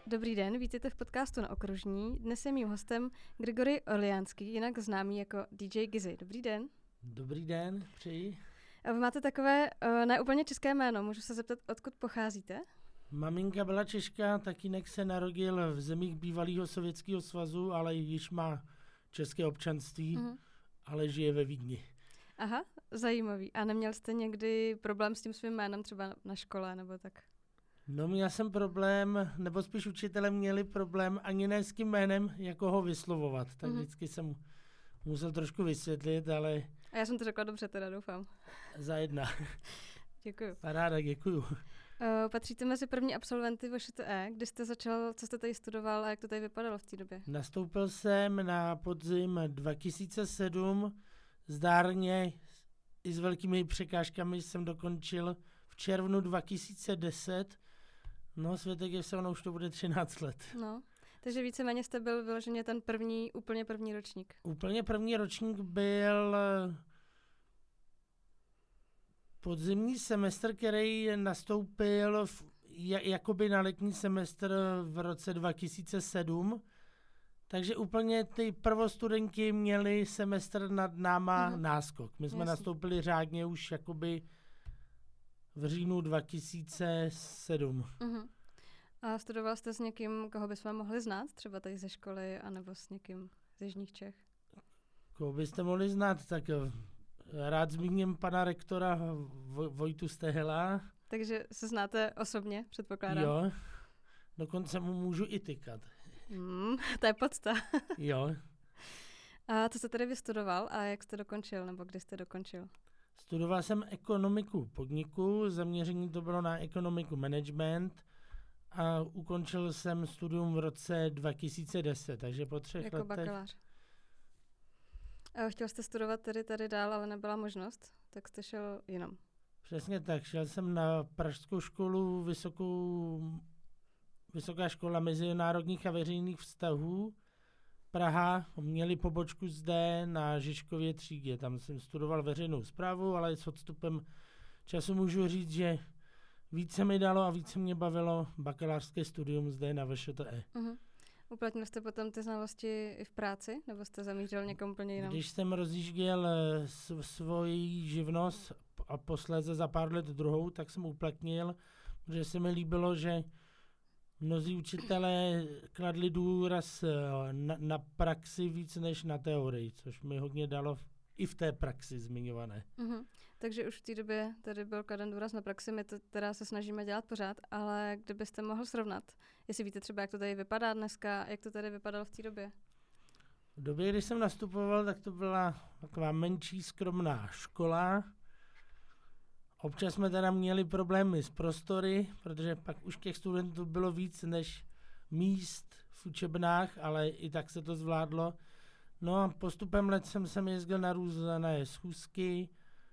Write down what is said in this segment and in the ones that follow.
Dobrý den, vítejte v podcastu Na okružní. Dnes je mým hostem Grigory Orliánský, jinak známý jako DJ Gizzy. Dobrý den. Dobrý den, přeji. A vy máte takové neúplně české jméno, můžu se zeptat, odkud pocházíte? Maminka byla Češka, tatínek se narodil v zemích bývalého Sovětského svazu, ale již má české občanství, ale žije ve Vídni. Aha, zajímavý. A neměl jste někdy problém s tím svým jménem třeba na škole nebo tak? No, měl jsem problém, nebo spíš učitelé měli problém ani ne s tím jménem, jako ho vyslovovat. Tak vždycky jsem musel trošku vysvětlit, ale... A já jsem to řekla dobře teda, doufám. Za jedna. Děkuju. Paráda, děkuju. Patříte mezi první absolventy VŠTE, kdy jste začal, co jste tady studoval a jak to tady vypadalo v té době? Nastoupil jsem na podzim 2007, zdárně i s velkými překážkami jsem dokončil v červnu 2010. No, světek je se, ono už to bude 13 let. No, takže víceméně jste byl vyloženě ten úplně první ročník. Úplně první ročník byl podzimní semestr, který nastoupil jakoby na letní semestr v roce 2007. Takže úplně ty prvostudenti měli semestr nad náma náskok. My jsme nastoupili řádně už jakoby v říjnu 2007. A studoval jste s někým, koho bychom mohli znát, třeba tady ze školy, anebo s někým z jižních Čech? Koho byste mohli znát, tak rád zmíním pana rektora Vojtu Stehela. Takže se znáte osobně, předpokládám? Jo, dokonce mu můžu i tykat. To je podsta. Jo. A co jste tedy vystudoval a jak jste dokončil, nebo kdy jste dokončil? Studoval jsem ekonomiku podniku, zaměření to bylo na ekonomiku management a ukončil jsem studium v roce 2010, takže po 3 letech. Jako bakalář. A chtěl jste studovat tedy tady dál, ale nebyla možnost, tak jste šel jinam. Přesně tak, šel jsem na pražskou školu, Vysoká škola mezinárodních a veřejných vztahů Praha, měli pobočku zde na Žižkově třídě. Tam jsem studoval veřejnou správu, ale s odstupem času můžu říct, že více mi dalo a více mě bavilo bakalářské studium zde na VŠTE. Uplatnil jste potom ty znalosti i v práci, nebo jste zamířil někam úplně jinam? Když jsem rozjížděl svoji živnost a posléze za pár let druhou, tak jsem uplatnil, protože se mi líbilo, že mnozí učitelé kladli důraz na praxi víc než na teorii, což mi hodně dalo i v té praxi zmiňované. Takže už v té době tady byl kladen důraz na praxi, my to teda se snažíme dělat pořád, ale kdybyste mohl srovnat, jestli víte třeba, jak to tady vypadá dneska, jak to tady vypadalo v té době? V době, kdy jsem nastupoval, tak to byla taková menší, skromná škola. Občas jsme teda měli problémy s prostory, protože pak už těch studentů bylo víc než míst v učebnách, ale i tak se to zvládlo. No a postupem let jsem jezdil na různé schůzky,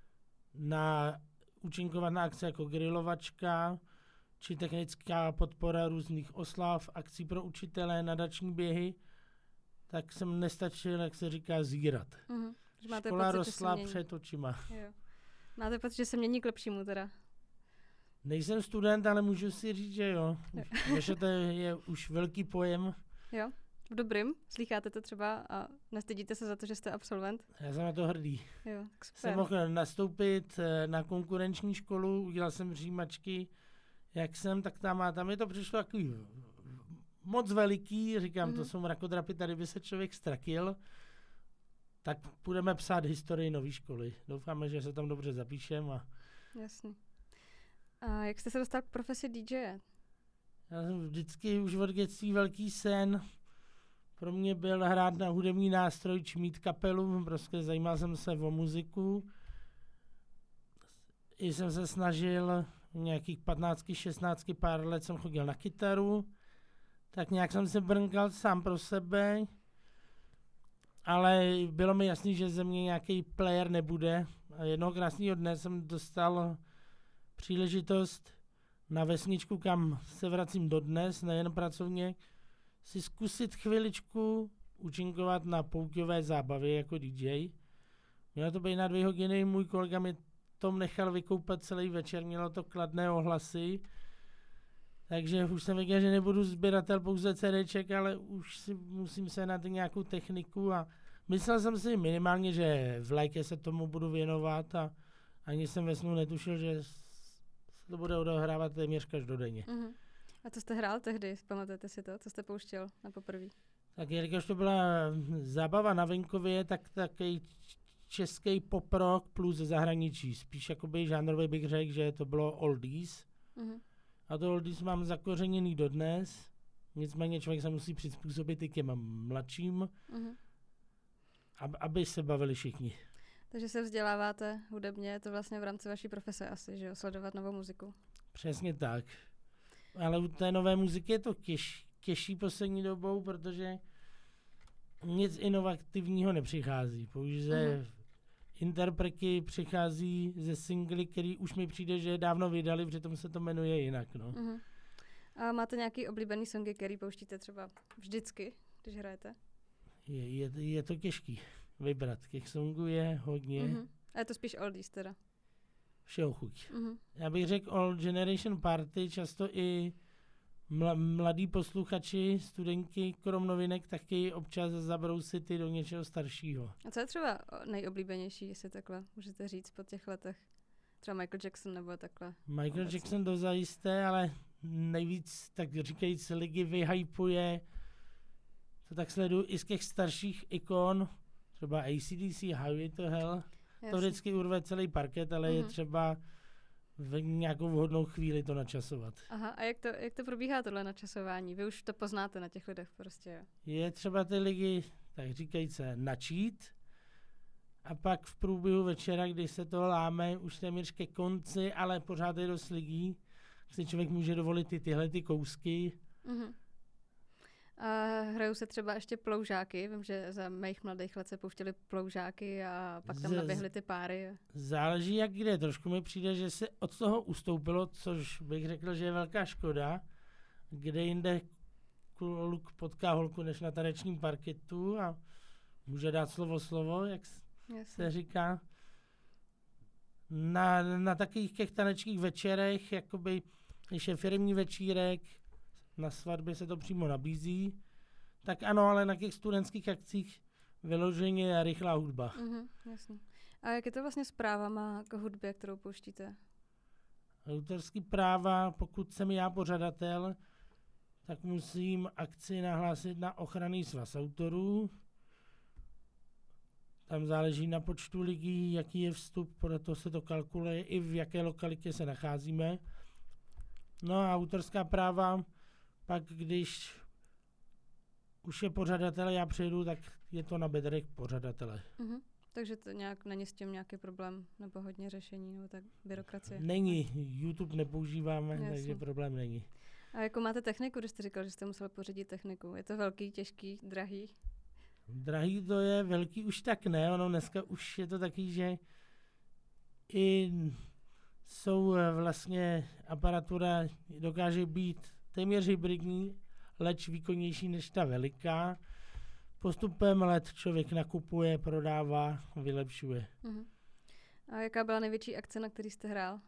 účinkovat na akce jako grilovačka, či technická podpora různých oslav, akcí pro učitele, nadační běhy, tak jsem nestačil, jak se říká, zírat. Škola rostla před očima. Jo. Máte pocit, že se mění k lepšímu teda? Nejsem student, ale můžu si říct, že jo. Že to je už velký pojem. Jo, v dobrým. Slycháte to třeba a nestydíte se za to, že jste absolvent? Já jsem na to hrdý. Jo, tak super. Jsem mohl nastoupit na konkurenční školu, udělal jsem přijímačky, jak jsem, tak tam je to přišlo takový moc veliký, říkám, to jsou mrakodrapy, tady by se člověk ztratil. Tak budeme psát historii nové školy. Doufáme, že se tam dobře zapíšem. Jasný. A jak jste se dostal k profesi DJ? Já jsem vždycky už od dětství velký sen. Pro mě byl hrát na hudební nástroj či mít kapelu. Prostě zajímal jsem se o muziku. I jsem se snažil nějakých 15, 16 pár let jsem chodil na kytaru. Tak nějak jsem se brnkal sám pro sebe. Ale bylo mi jasný, že ze mě nějaký player nebude. A jednoho krásného dne jsem dostal příležitost na vesničku, kam se vracím dodnes, nejen pracovně, si zkusit chviličku účinkovat na pouťové zábavě jako DJ. Mělo to být na 2 hodiny, můj kolega mi tom nechal vykoupat celý večer, mělo to kladné ohlasy. Takže už jsem věděl, že nebudu sběratel pouze CDček, ale už si musím se na nějakou techniku a myslel jsem si minimálně, že v létě se tomu budu věnovat a ani jsem ve snu netušil, že se to bude odehrávat téměř každodenně. Uh-huh. A co jste hrál tehdy? Pamatujete si to? Co jste pouštěl na poprvé? Tak jelikož to byla zábava na venkově, tak takový český pop rock plus zahraničí. Spíš jakoby žánrově bych řekl, že to bylo oldies. Uh-huh. A to oldies mám zakořeněný dodnes. Nicméně člověk se musí přizpůsobit i těm mladším, aby se bavili všichni. Takže se vzděláváte hudebně, je to vlastně v rámci vaší profese asi, že jo, sledovat novou muziku. Přesně tak. Ale u té nové muziky je to těžší poslední dobou, protože nic inovativního nepřichází. Pouze interpreky přichází ze singly, který už mi přijde, že dávno vydali, přitom se to jmenuje jinak. No. A máte nějaký oblíbený songy, který pouštíte třeba vždycky, když hrajete? Je to těžký vybrat. Těch songů je hodně. A je to spíš oldies teda? Všeho chuť. Já bych řekl Old Generation Party, často i mladí posluchači, studenti, krom novinek, taky občas zabrousit i do něčeho staršího. A co je třeba nejoblíbenější, jestli takhle můžete říct po těch letech? Třeba Michael Jackson nebo takhle? Michael Jackson dozajisté, ale nejvíc, tak říkajíc, ligy vyhypuje. To tak sleduju i z těch starších ikon, třeba AC/DC, Highway to Hell. Jasně. To vždycky urve celý parket, ale je třeba v nějakou vhodnou chvíli to načasovat. Aha, a jak to probíhá tohle načasování? Vy už to poznáte na těch lidech prostě. Je třeba ty ligy, tak říkajíc, načít a pak v průběhu večera, když se to láme už téměř ke konci, ale pořád je dost lidí, si člověk může dovolit i tyhle ty kousky. A hrajou se třeba ještě ploužáky. Vím, že za mých mladých let se pouštěli ploužáky a pak tam naběhly ty páry. Záleží jak kde. Trošku mi přijde, že se od toho ustoupilo, což bych řekl, že je velká škoda. Kde jinde kluk potká holku než na tanečním parketu a může dát slovo, jak se říká. Na takových těch tanečních večerech, jakoby, když je firmní večírek, na svatbě se to přímo nabízí, tak ano, ale na těch studentských akcích vyloženě rychlá hudba. Jasně. A jak je to vlastně s právama k hudbě, kterou pouštíte? Autorský práva, pokud jsem já pořadatel, tak musím akci nahlásit na ochranný svaz autorů. Tam záleží na počtu lidí, jaký je vstup, podle toho se to kalkuluje i v jaké lokalitě se nacházíme. No a autorská práva, pak když už je pořadatel, já přejdu, tak je to na bedrech pořadatele. Takže to nějak není s tím nějaký problém nebo hodně řešení nebo tak byrokracie? Není, YouTube nepoužíváme, takže problém není. A jakou máte techniku, když jste říkal, že jste musel pořídit techniku? Je to velký, těžký, drahý? Drahý to je, velký už tak ne, ono dneska už je to taky, že i jsou vlastně aparatura, dokáže být téměř hybridní, leč výkonnější než ta veliká. Postupem let člověk nakupuje, prodává, vylepšuje. A jaká byla největší akce, na který jste hrál?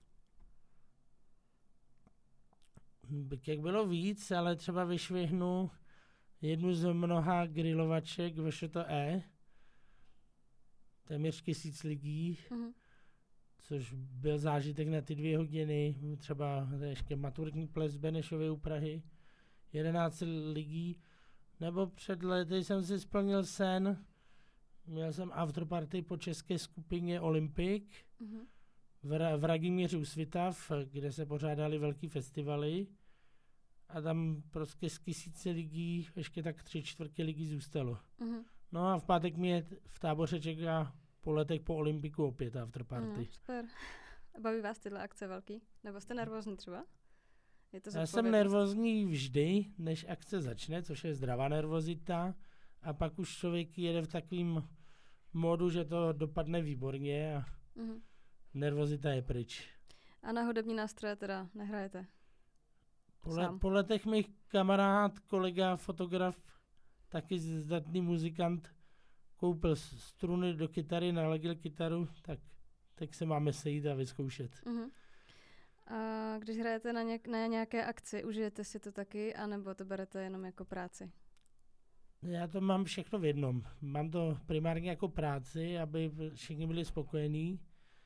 Jak bylo víc, ale třeba vyšvihnu jednu z mnoha grilovaček VŠTE, téměř 1000 lidí, což byl zážitek na ty 2 hodiny, třeba ještě maturitní ples Benešově u Prahy, 11 lidí, nebo před lety jsem si splnil sen, měl jsem afterparty po české skupině Olympic v Radimíři u Svitav, kde se pořádaly velký festivaly a tam prostě z 1000 lidí ještě tak 3/4 lidí zůstalo. No a v pátek mě v Táboře čeká po letech po Olympiku opět afterparty. Super. Baví vás tyhle akce velký? Nebo jste nervózní třeba? Já jsem nervózní vždy, než akce začne, což je zdravá nervozita. A pak už člověk jede v takovým módu, že to dopadne výborně a nervozita je pryč. A na hudební nástroje teda nehrajete? Po letech mých kamarád, kolega, fotograf, taky zdatný muzikant, koupil struny do kytary, naladil kytaru, tak se máme sejít a vyzkoušet. A když hrajete na nějaké akci, užijete si to taky, anebo to berete jenom jako práci? Já to mám všechno v jednom. Mám to primárně jako práci, aby všichni byli spokojení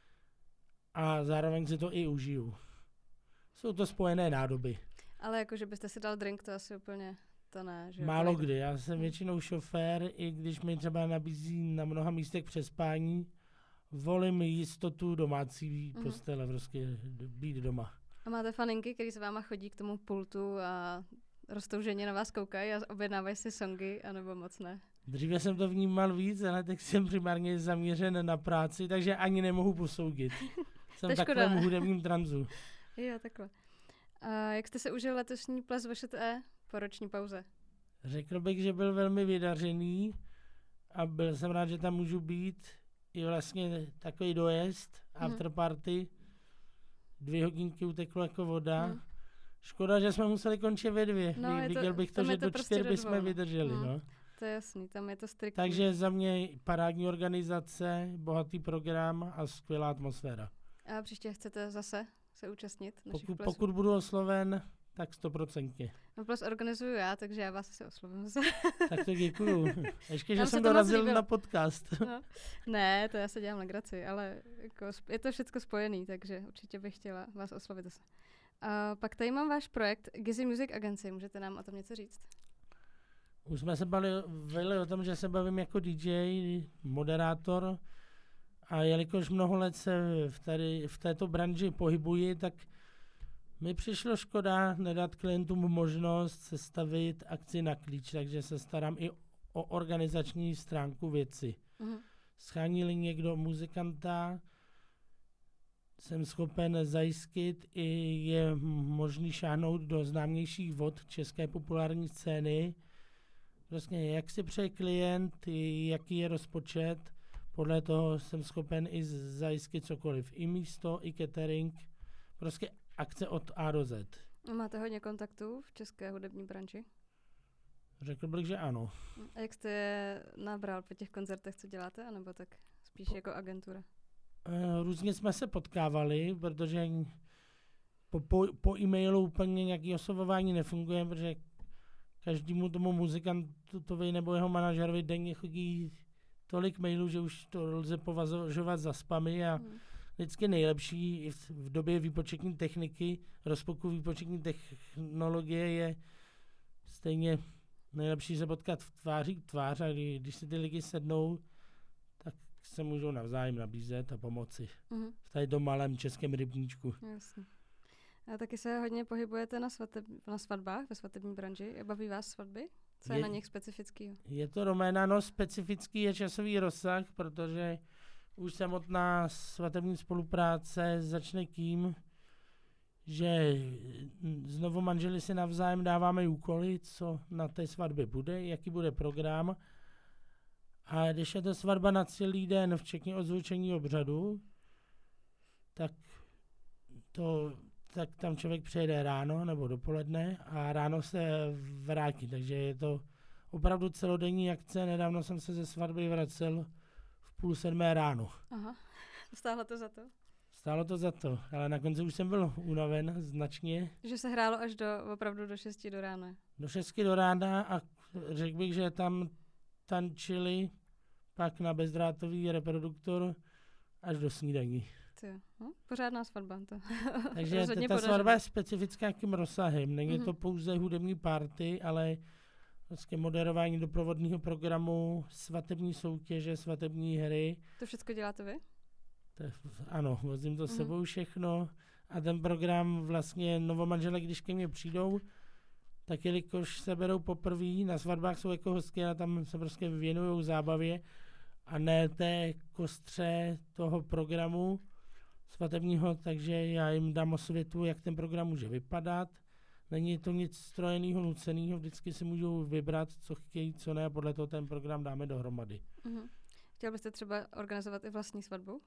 a zároveň si to i užiju. Jsou to spojené nádoby. Ale jako, že byste si dal drink, to asi úplně to ne. Že Málo kdy. Já jsem většinou šofér, i když mi třeba nabízí na mnoha místech přespání, volím jistotu domácí postele, prostě být doma. A máte faninky, který se váma chodí k tomu pultu a roztouženě na vás koukají a objednávají si songy, anebo moc ne? Dříve jsem to vnímal víc, ale teď jsem primárně zaměřen na práci, takže ani nemohu posoudit. Jsem v takovém hudebním tranzu. Jo, takhle. A jak jste se užil letošní ples VŠTE po roční pauze? Řekl bych, že byl velmi vydařený a byl jsem rád, že tam můžu být. I vlastně takový dojezd, afterparty. 2 hodinky uteklo jako voda. Škoda, že jsme museli končit ve 2. No, viděl bych to, že do 4 bychom vydrželi. No. To je jasný, tam je to striktní. Takže za mě parádní organizace, bohatý program a skvělá atmosféra. A příště chcete zase se účastnit našich plesů? Pokud budu osloven, tak 100%. No ples organizuju já, takže já vás asi oslovím zase. Tak to děkuju. Ještě, že jsem dorazil na podcast. No. Ne, to já se dělám legraci, ale jako je to všechno spojený, takže určitě bych chtěla vás oslovit zase. A pak tady mám váš projekt Gizzy Music Agency, můžete nám o tom něco říct? Už jsme se bavili o tom, že se bavím jako DJ, moderátor a jelikož mnoho let se v této branži pohybuji, tak mi přišlo škoda nedat klientům možnost sestavit akci na klíč, takže se starám i o organizační stránku věci. Schání-li někdo muzikanta, jsem schopen zajistit i je možný šáhnout do známějších vod české populární scény. Prostě jak si přeje klient, jaký je rozpočet, podle toho jsem schopen i zajistit cokoliv. I místo, i catering, prostě akce od A do Z. Máte hodně kontaktů v české hudební branži? Řekl bych, že ano. A jak jste je nabral po těch koncertech, co děláte, anebo tak spíš jako agentura? Různě jsme se potkávali, protože po e-mailu úplně nějaké oslovování nefunguje, protože každému tomu muzikantovi nebo jeho manažerovi denně chodí tolik mailů, že už to lze považovat za spamy a vždycky nejlepší v době výpočetní techniky, rozpoku výpočetní technologie je stejně nejlepší se potkat v tváří k tvář a když si ty lidi sednou, tak se můžou navzájem nabízet a pomoci. V tady malém českém rybníčku. Jasně. A taky se hodně pohybujete na svatbách, ve svatební branži. Baví vás svatby? Co je na nich specifický? Je to doména, specifický je časový rozsah, protože už samotná svatební spolupráce začne tím, že znovu manželi si navzájem dáváme úkoly, co na té svatbě bude, jaký bude program. A když je to svatba na celý den, včetně odzvučení obřadu, tak tam člověk přijede ráno nebo dopoledne a ráno se vrátí. Takže je to opravdu celodenní akce. Nedávno jsem se ze svatby vracel v 6:30 ráno. Aha, stálo to za to? Stálo to za to, ale na konci už jsem byl unaven značně. Že se hrálo až opravdu do 6 do rána? Do 6 do rána a řekl bych, že tam tančili pak na bezdrátový reproduktor až do snídaní. Pořádná svatba. To. Takže ta svatba je specifická jakým rozsahem. Není to pouze hudební party, ale vlastně moderování doprovodného programu, svatební soutěže, svatební hry. To všechno děláte vy? Ano, vozím to s sebou všechno a ten program vlastně novomanželé, když ke mně přijdou, tak jelikož se berou poprvé, na svatbách jsou jako hostky a tam se prostě věnují zábavě a ne té kostře toho programu svatebního, takže já jim dám osvětu, jak ten program může vypadat. Není to nic strojeného, nuceného, vždycky si můžou vybrat, co chtějí, co ne a podle toho ten program dáme dohromady. Chtěl byste třeba organizovat i vlastní svatbu?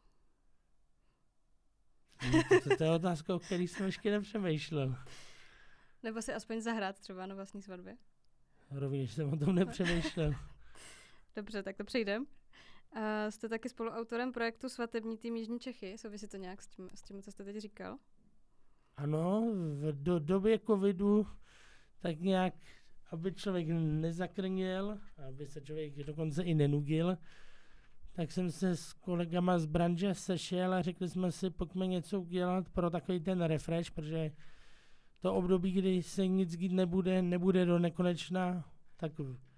To je otázka, o který jsem ještě nepřemýšlel. Nebo si aspoň zahrát třeba na vlastní svatbě? Rovněž jsem o tom nepřemýšlel. Dobře, tak to přejdem. Jste taky spoluautorem projektu Svatební tým Jižní Čechy. Souvisí to nějak s tím, co jste teď říkal? Ano, do době covidu tak nějak, aby člověk nezakrněl, aby se člověk dokonce i nenudil, tak jsem se s kolegama z branže sešel a řekli jsme si, pojďme něco udělat pro takový ten refresh, protože to období, kdy se nic dít nebude do nekonečna, tak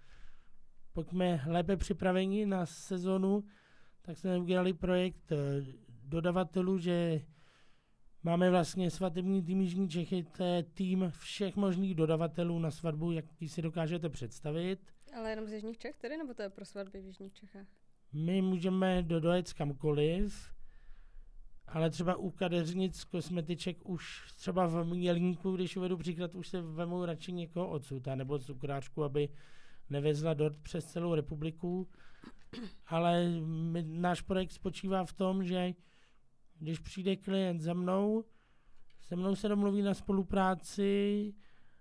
pojďme lépe připraveni na sezonu, tak jsme udělali projekt dodavatelů, že máme vlastně svatební tým Jižní Čechy, to je tým všech možných dodavatelů na svatbu, jaký si dokážete představit. Ale jenom z Jižních Čech tedy, nebo to je pro svatby v Jižních Čechách? My můžeme dojet kamkoliv, ale třeba u kadeřnic, kosmetiček už třeba v Mělínku, když uvedu příklad, už se vemou radši někoho odsud, nebo cukrářku, aby nevezla dort přes celou republiku. Ale náš projekt spočívá v tom, že když přijde klient za mnou, se mnou se domluví na spolupráci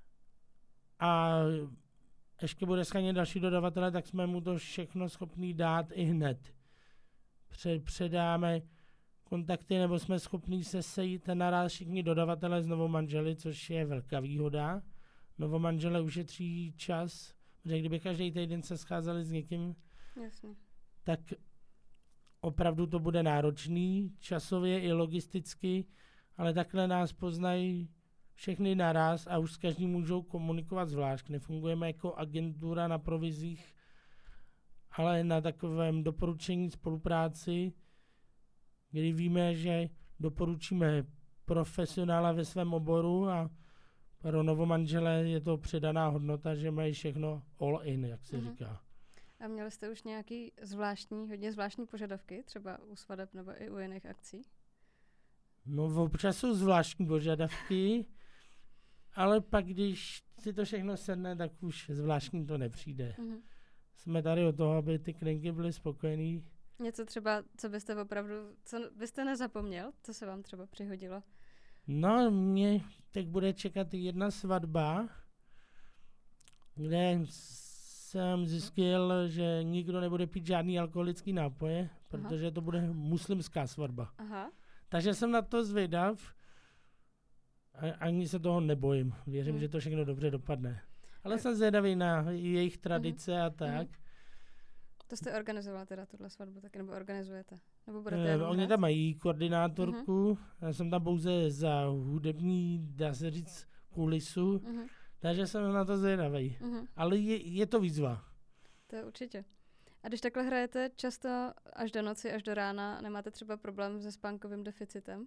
a ještě bude schánět další dodavatele, tak jsme mu to všechno schopní dát i hned. Předáme kontakty, nebo jsme schopní se sejít naraz všichni dodavatele z novomanželi, což je velká výhoda. Novomanžele ušetří čas, protože kdyby každý týden se scházeli s někým, Jasně. tak opravdu to bude náročný, časově i logisticky, ale takhle nás poznají všechny naraz a už s každým můžou komunikovat zvlášť. Nefungujeme jako agentura na provizích, ale na takovém doporučení spolupráci, kdy víme, že doporučíme profesionála ve svém oboru a pro novomanžele je to přidaná hodnota, že mají všechno all in, jak se říká. A měli jste už nějaký hodně zvláštní požadavky, třeba u svadeb nebo i u jiných akcí? No občas jsou zvláštní požadavky, ale pak, když si to všechno sedne, tak už zvláštní to nepřijde. Jsme tady od toho, aby ty klienty byly spokojení. Něco třeba, co byste nezapomněl, co se vám třeba přihodilo? No, mě teď bude čekat jedna svatba, kde jsem zjistil, že nikdo nebude pít žádný alkoholický nápoje, protože to bude muslimská svatba. Aha. Takže jsem na to zvědav a ani se toho nebojím. Věřím, že to všechno dobře dopadne. Ale jsem zvědavý na jejich tradice a tak. To jste organizovala teda tuhle svatbu taky, nebo organizujete? Nebo budete oni tam mají koordinátorku, já jsem tam pouze za hudební, dá se říct, kulisu, takže jsem na to zvědavý. Ale je to výzva. To je určitě. A když takhle hrajete často až do noci, až do rána, nemáte třeba problém se spánkovým deficitem?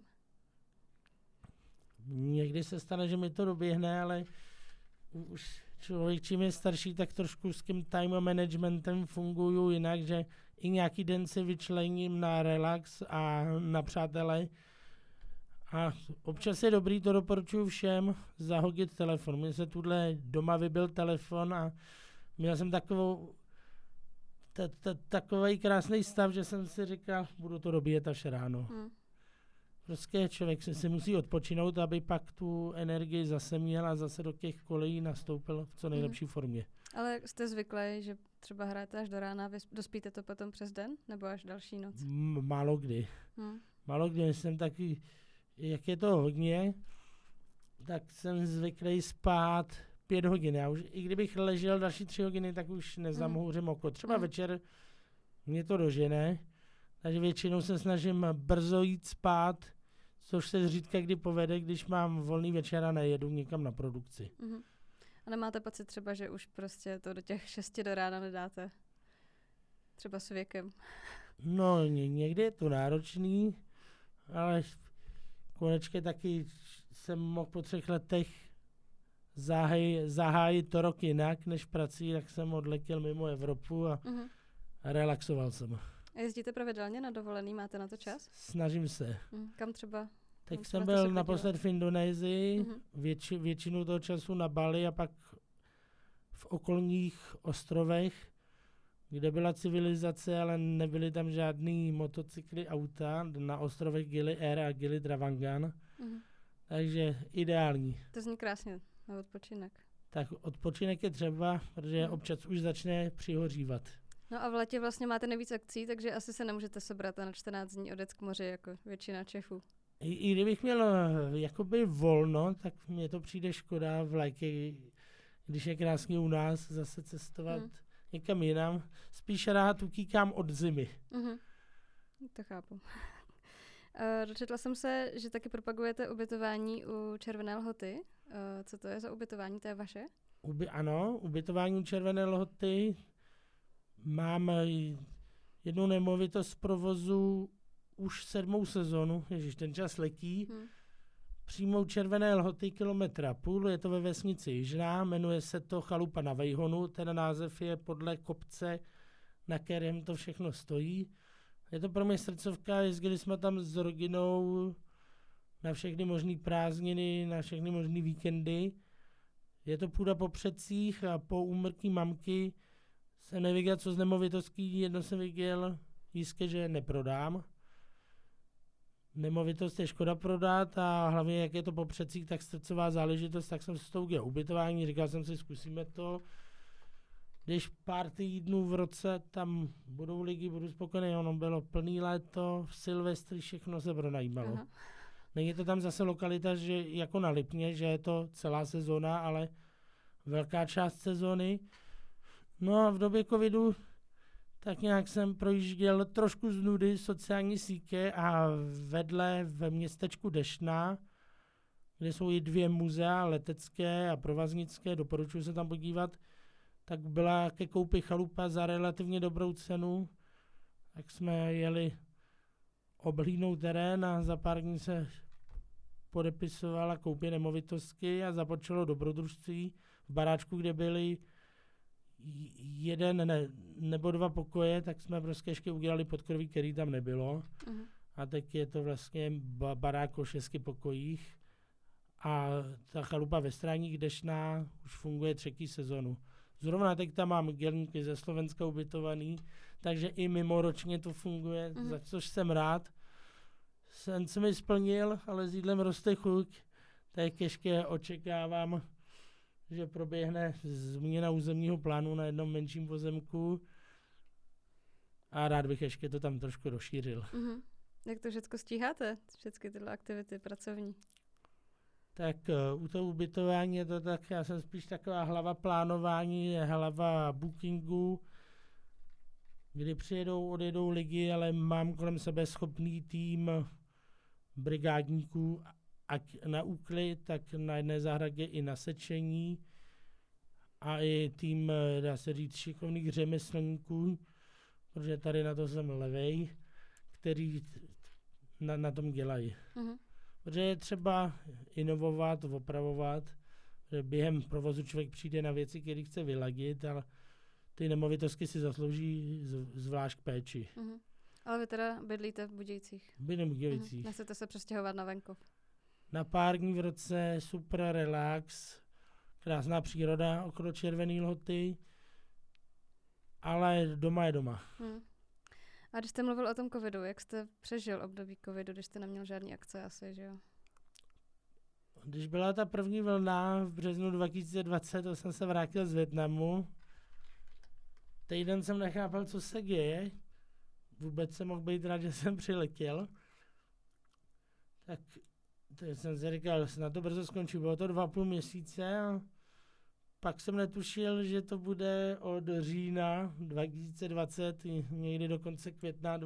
Někdy se stane, že mi to doběhne, ale už člověk, čím je starší, tak trošku s tím time managementem funguju jinak, že i nějaký den si vyčlením na relax a na přátele. A občas je dobrý, to doporučuji všem, zahodit telefon. Mně se tuhle doma vybil telefon a měl jsem takový krásný stav, že jsem si říkal, budu to dobíjet až ráno. Prostě člověk si musí odpočinout, aby pak tu energii zase měl a zase do těch kolejí nastoupil v co nejlepší formě. Ale jste zvyklý, že třeba hrajete až do rána, vy dospíte to potom přes den? Nebo až další noc? Málo kdy. Málo kdy jsem taky, jak je to hodně, tak jsem zvyklý spát 5 hodin. Já už, i kdybych ležel další 3 hodiny, tak už nezamhouřím oko. Třeba večer mě to dožene, takže většinou se snažím brzo jít spát, což se zřídka kdy povede, když mám volný večer a nejedu někam na produkci. A nemáte pocit třeba, že už prostě to do těch 6 do rána nedáte? Třeba s věkem. No, někdy je to náročný, ale konečně taky jsem mohl po 3 letech zahájit to rok jinak než prací, tak jsem odletěl mimo Evropu a relaxoval jsem. A jezdíte pravidelně na dovolený, máte na to čas? Snažím se. Kam třeba? Tak jsem byl naposled v Indonésii, většinu toho času na Bali a pak v okolních ostrovech, kde byla civilizace, ale nebyly tam žádný motocykly, auta, na ostrovech Gili Air a Gili Travangan. Takže ideální. To zní krásně na odpočinek. Tak odpočinek je třeba, protože občas už začne přihořívat. No a v létě vlastně máte nejvíc akcí, takže asi se nemůžete sebrat a na 14 dní odjet k moři jako většina Čechů. I kdybych měl jakoby volno, tak mně to přijde škoda v léky, když je krásně u nás, zase cestovat někam jinam. Spíš rád ukýkám od zimy. To chápu. Dočetla jsem se, že taky propagujete ubytování u Červené lhoty. Co to je za ubytování? To je vaše? Ano, ubytování u Červené lhoty. Mám jednu nemovitost z provozu už 7. sezonu, ježiš, ten čas letí. Přímo u Červené lhoty 1,5 kilometra, je to ve vesnici Jižná, jmenuje se to Chalupa na Vejhonu, ten název je podle kopce, na kterém to všechno stojí. Je to pro mě srdcovka, jezdili jsme tam s rodinou na všechny možné prázdniny, na všechny možné víkendy. Je to půda po předcích a po úmrtí mamky jsem nevěděl, co z nemovitostí, jedno jsem viděl, jistě, že neprodám. Nemovitost je škoda prodat a hlavně, jak je to po předcích, tak srdcová záležitost, tak jsem se s tou udělal ubytování, říkal jsem si, zkusíme to. Když pár týdnů v roce tam budou lidi, budu spokojený, ono bylo plný léto, v Silvestry všechno se pronajímalo. Není to tam zase lokalita, že jako na Lipně, že je to celá sezóna, ale velká část sezóny. No a v době covidu tak nějak jsem projížděl trošku z nudy sociální sítě a vedle ve městečku Deštná, kde jsou i 2 muzea, letecké a provaznické, doporučuji se tam podívat, tak byla ke koupi chalupa za relativně dobrou cenu. Tak jsme jeli oblídnout terén a za pár dní se podepisovala koupě nemovitostky a započalo dobrodružství v baráčku, kde byly 1 nebo 2 pokoje, tak jsme prostě ještě udělali podkroví, který tam nebylo. A teď je to vlastně barák o 6 pokojích a ta chalupa ve Stráních Deštná už funguje 3. sezonu. Zrovna teď tam mám dělníky ze Slovenska ubytovaný, takže i mimoročně to funguje, za což jsem rád. Sen se mi splnil, ale s jídlem roste chuť, tak ještě očekávám, že proběhne změna územního plánu na jednom menším pozemku a rád bych ještě to tam trošku rozšířil. Jak to všechno stíháte, všechny tyhle aktivity pracovní? Tak u toho ubytování je to tak, já jsem spíš taková hlava plánování, hlava bookingu, kdy přijedou, odjedou lidi, ale mám kolem sebe schopný tým brigádníků, ať na úklid, tak na jedné zahradě i na sečení a i tým, dá se říct, šikovných řemeslníků, protože tady na to jsem levej, který na tom dělají. Protože je třeba inovovat, opravovat, že během provozu člověk přijde na věci, které chce vyladit, ale ty nemovitosti si zaslouží zvlášť péči. Ale vy teda bydlíte v Budějcích? Bydlím v Budějcích. Nechcete se přestěhovat na venkov? Na pár dní v roce super relax, krásná příroda okolo Červené lhoty, ale doma je doma. A když jste mluvil o tom covidu, jak jste přežil období covidu, když jste neměl žádný akce asi, že jo? Když byla ta první vlna v březnu 2020, to jsem se vrátil z Vietnamu. Týden jsem nechápal, co se děje. Vůbec jsem mohl být rád, že jsem přiletěl. Tak jsem si říkal, že na to brzo skončí. Bylo to 2,5 měsíce a pak jsem netušil, že to bude od října 2020 někdy do konce května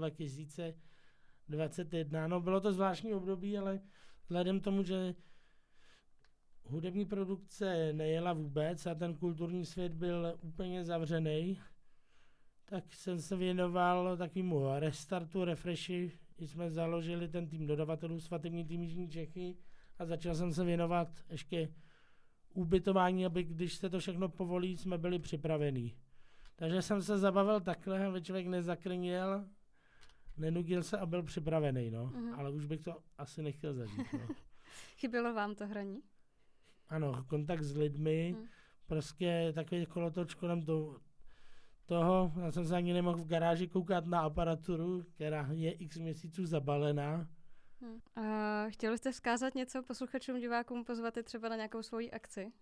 2021. No bylo to zvláštní období, ale vzhledem tomu, že hudební produkce nejela vůbec a ten kulturní svět byl úplně zavřený, tak jsem se věnoval takovému restartu, refreshi. Jsme založili ten tým dodavatelů, svatební tým Jižní Čechy a začal jsem se věnovat ještě ubytování, aby když se to všechno povolí, jsme byli připravení. Takže jsem se zabavil takhle, aby člověk nezakrněl, nenudil se a byl připravený, no. Ale už bych to asi nechtěl zažít, no. Chybělo vám to hraní? Ano, kontakt s lidmi, prostě takový kolotoč kolem toho, já jsem se ani nemohl v garáži koukat na aparaturu, která je x měsíců zabalená. Chtěli jste vzkázat něco posluchačům, divákům, pozvat je třeba na nějakou svoji akci?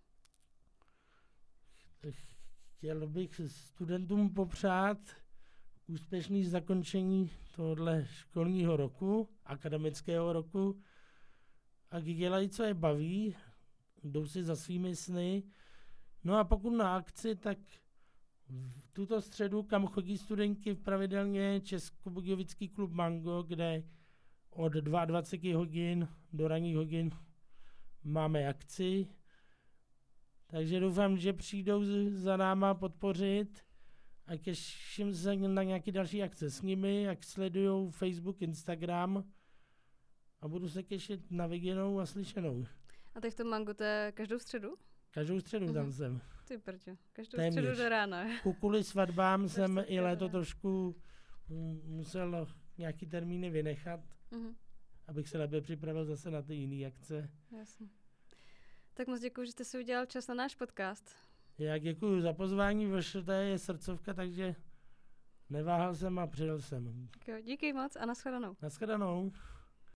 Chtěl bych studentům popřát úspěšné zakončení tohohle školního roku, akademického roku, a dělají, co je baví, jdou si za svými sny. No a pokud na akci, tak v tuto středu, kam chodí studenti pravidelně Českobudějovický klub Mango, kde od 22 hodin do ranních hodin máme akci. Takže doufám, že přijdou za náma podpořit a těším se na nějaké další akce s nimi, jak sledují Facebook, Instagram a budu se těšit na viděnou a slyšenou. A teď v tom Mangu to je každou středu? Každou středu tam jsem. Ty prťo, každou Téměř. středu do rána. Kvůli svatbám jsem i léto trošku musel nějaký termíny vynechat, abych se lépe připravil zase na ty jiné akce. Jasně. Tak moc děkuji, že jste si udělal čas na náš podcast. Já děkuji za pozvání, to je srdcovka, takže neváhal jsem a přijel jsem. Jo, díky moc a nashledanou. Nashledanou.